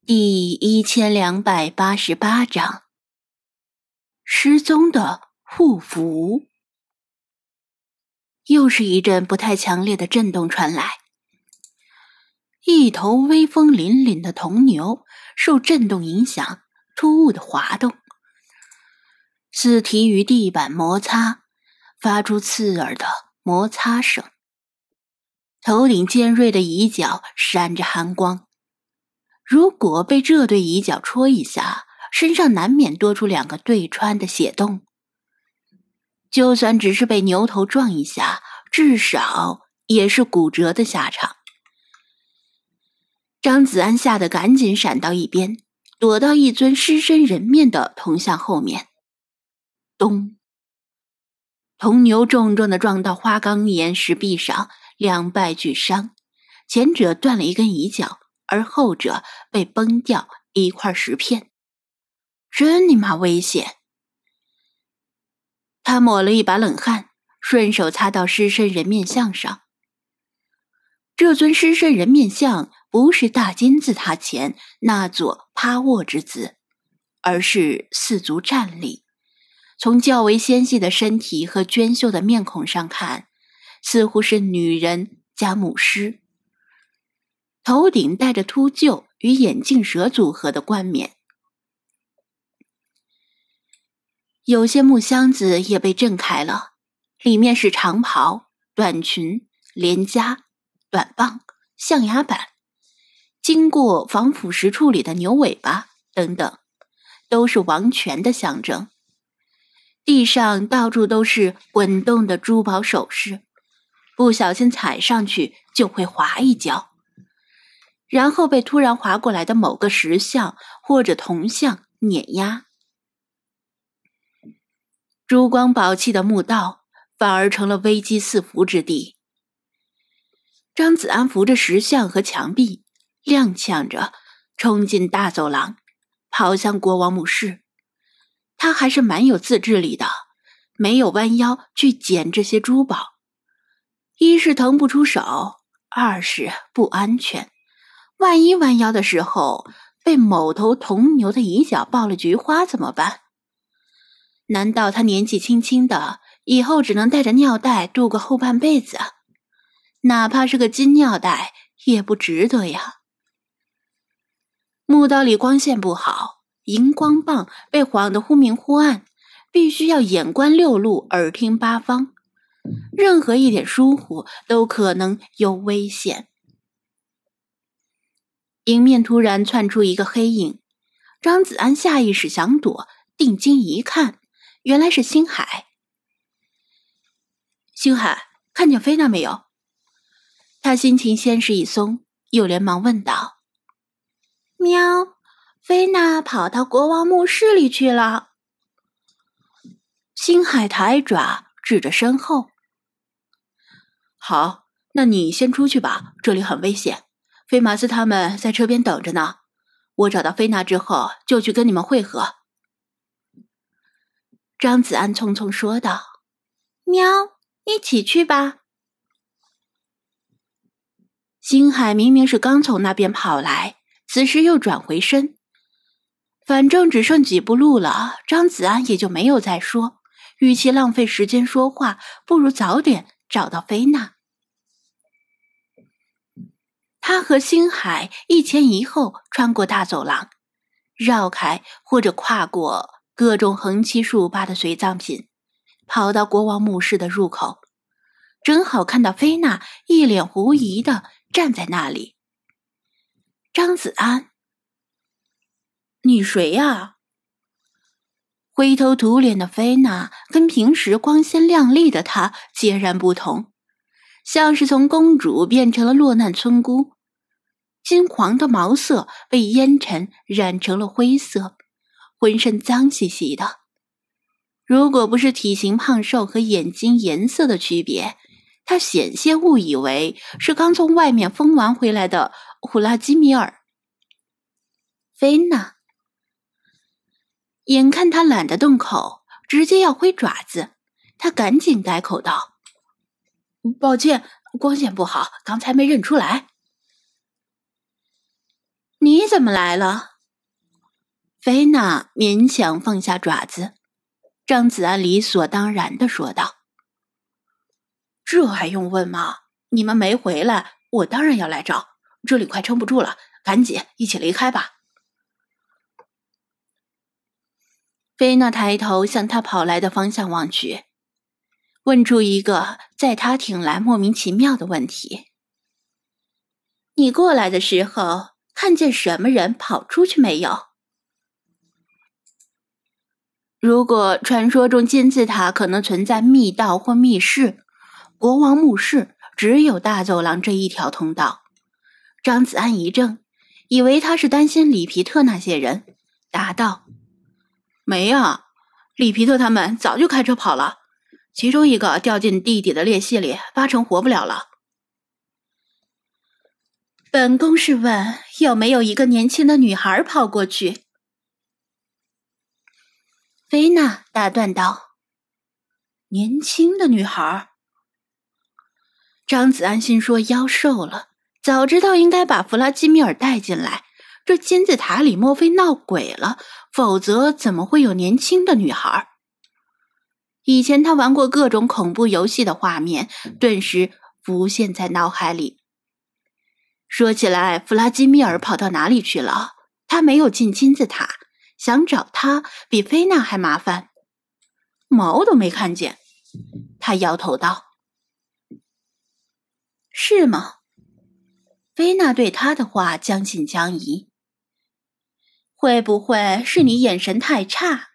第1288章，失踪的护符。又是一阵不太强烈的震动传来，一头威风凛凛的铜牛受震动影响，突兀的滑动，四蹄与地板摩擦，发出刺耳的摩擦声。头顶尖锐的椅角闪着寒光，如果被这对椅角戳一下，身上难免多出2个对穿的血洞。就算只是被牛头撞一下，至少也是骨折的下场。张子安吓得赶紧闪到一边，躲到一尊狮身人面的铜像后面。咚！铜牛重重地撞到花岗岩石壁上，2败俱伤，前者断了一根椅角，而后者被崩掉一块石片。真你妈危险！他抹了一把冷汗，顺手擦到狮身人面像上。这尊狮身人面像不是大金字塔前那座趴卧之姿，而是四足站立。从较为纤细的身体和娟秀的面孔上看，似乎是女人加母狮。头顶戴着秃鹫与眼镜蛇组合的冠冕，有些木箱子也被震开了，里面是长袍、短裙、连夹、短棒、象牙板，经过防腐蚀处理的牛尾巴等等，都是王权的象征。地上到处都是滚动的珠宝首饰，不小心踩上去就会滑一跤，然后被突然滑过来的某个石像或者铜像碾压。珠光宝气的墓道反而成了危机四伏之地。张子安扶着石像和墙壁，踉跄着冲进大走廊，跑向国王墓室。他还是蛮有自制力的，没有弯腰去捡这些珠宝。一是腾不出手，二是不安全。万一弯腰的时候被某头铜牛的椅角爆了菊花怎么办？难道他年纪轻轻的，以后只能带着尿袋度过后半辈子？哪怕是个金尿袋也不值得呀。墓道里光线不好，荧光棒被晃得忽明忽暗，必须要眼观六路，耳听八方，任何一点疏忽都可能有危险。迎面突然窜出一个黑影，张子安下意识想躲，定睛一看，原来是星海。星海，看见菲娜没有？他心情先是一松，又连忙问道。喵，菲娜跑到国王墓室里去了。星海抬爪指着身后。好，那你先出去吧，这里很危险。菲马斯他们在车边等着呢，我找到菲娜之后就去跟你们会合。张子安匆匆说道。喵，一起去吧。星海明明是刚从那边跑来，此时又转回身，反正只剩几步路了，张子安也就没有再说，与其浪费时间说话，不如早点找到菲娜。他和星海一前一后穿过大走廊，绕开或者跨过各种横七竖八的随葬品，跑到国王墓室的入口，正好看到菲娜一脸狐疑地站在那里。张子安，你谁呀？灰头土脸的菲娜跟平时光鲜亮丽的她截然不同，像是从公主变成了落难村姑。金黄的毛色被烟尘染成了灰色，浑身脏兮兮的。如果不是体型胖瘦和眼睛颜色的区别，他险些误以为是刚从外面疯玩回来的胡拉基米尔。菲娜，眼看他懒得动口，直接要挥爪子，他赶紧改口道：抱歉，光线不好，刚才没认出来。你怎么来了？菲娜勉强放下爪子。张子安理所当然地说道：这还用问吗？你们没回来，我当然要来找，这里快撑不住了，赶紧一起离开吧。菲娜抬头向他跑来的方向望去，问出一个在他听来莫名其妙的问题：你过来的时候看见什么人跑出去没有？如果传说中金字塔可能存在密道或密室，国王墓室只有大走廊这一条通道。张子安一怔，以为他是担心里皮特那些人，答道：没啊，里皮特他们早就开车跑了，其中一个掉进地底的裂隙里，八成活不了了。本宫是问有没有一个年轻的女孩跑过去。菲娜打断道：年轻的女孩？张子安心说妖兽了，早知道应该把弗拉基米尔带进来，这金字塔里莫非闹鬼了，否则怎么会有年轻的女孩？以前他玩过各种恐怖游戏的画面顿时浮现在脑海里。说起来，弗拉基米尔跑到哪里去了？他没有进金字塔，想找他比菲娜还麻烦，毛都没看见。他摇头道：是吗？菲娜对他的话将信将疑。会不会是你眼神太差？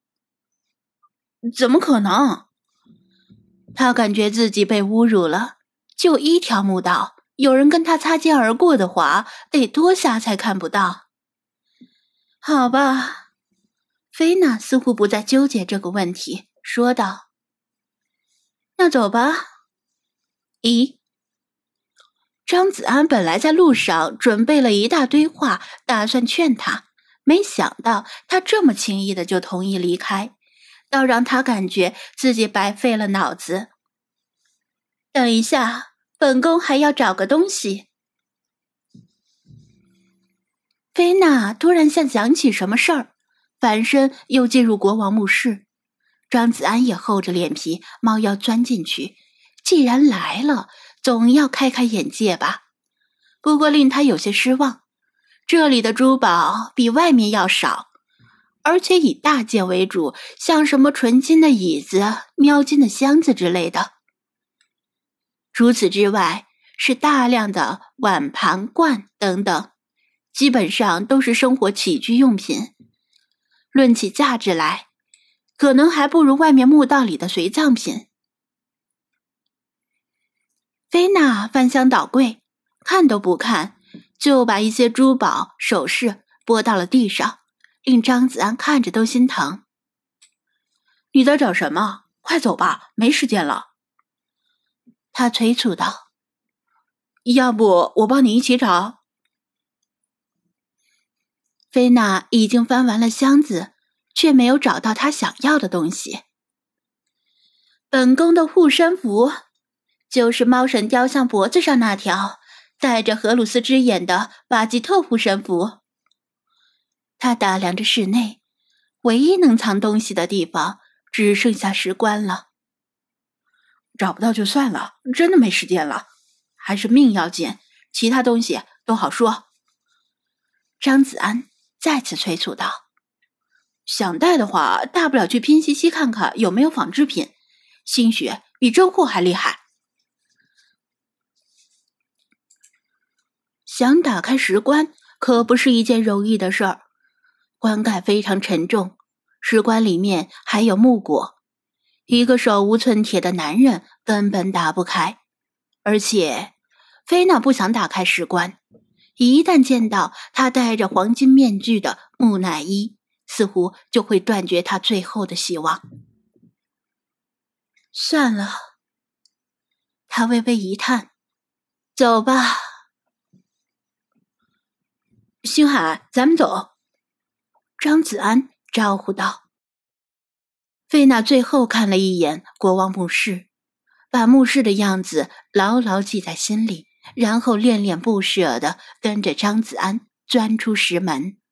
怎么可能？他感觉自己被侮辱了，就一条墓道，有人跟他擦肩而过的话，得多瞎才看不到。好吧，菲娜似乎不再纠结这个问题，说道：那走吧。咦？张子安本来在路上准备了一大堆话，打算劝他，没想到他这么轻易的就同意离开，倒让他感觉自己白费了脑子。等一下，本宫还要找个东西。菲娜突然像想起什么事儿，反身又进入国王墓室。张子安也厚着脸皮猫腰钻进去，既然来了，总要开开眼界吧。不过令他有些失望，这里的珠宝比外面要少，而且以大件为主，像什么纯金的椅子、喵金的箱子之类的。除此之外，是大量的碗盘罐等等，基本上都是生活起居用品。论起价值来，可能还不如外面墓道里的随葬品。菲娜翻箱倒柜，看都不看，就把一些珠宝首饰拨到了地上，令张子安看着都心疼。你在找什么？快走吧，没时间了。他催促道：要不我帮你一起找？菲娜已经翻完了箱子，却没有找到她想要的东西。本宫的护身符，就是猫神雕像脖子上那条带着荷鲁斯之眼的巴基特护身符。他打量着室内，唯一能藏东西的地方只剩下石棺了。找不到就算了，真的没时间了，还是命要紧，其他东西都好说。张子安再次催促道：想带的话，大不了去拼夕夕看看有没有仿制品，兴许比真货还厉害。想打开石棺可不是一件容易的事儿，棺盖非常沉重，石棺里面还有木椁，一个手无寸铁的男人根本打不开。而且菲娜不想打开石棺，一旦见到他戴着黄金面具的木乃伊，似乎就会断绝他最后的希望。算了，他微微一叹，走吧。星海，咱们走。张子安招呼道。菲娜最后看了一眼国王墓室，把墓室的样子牢牢记在心里，然后恋恋不舍地跟着张子安钻出石门。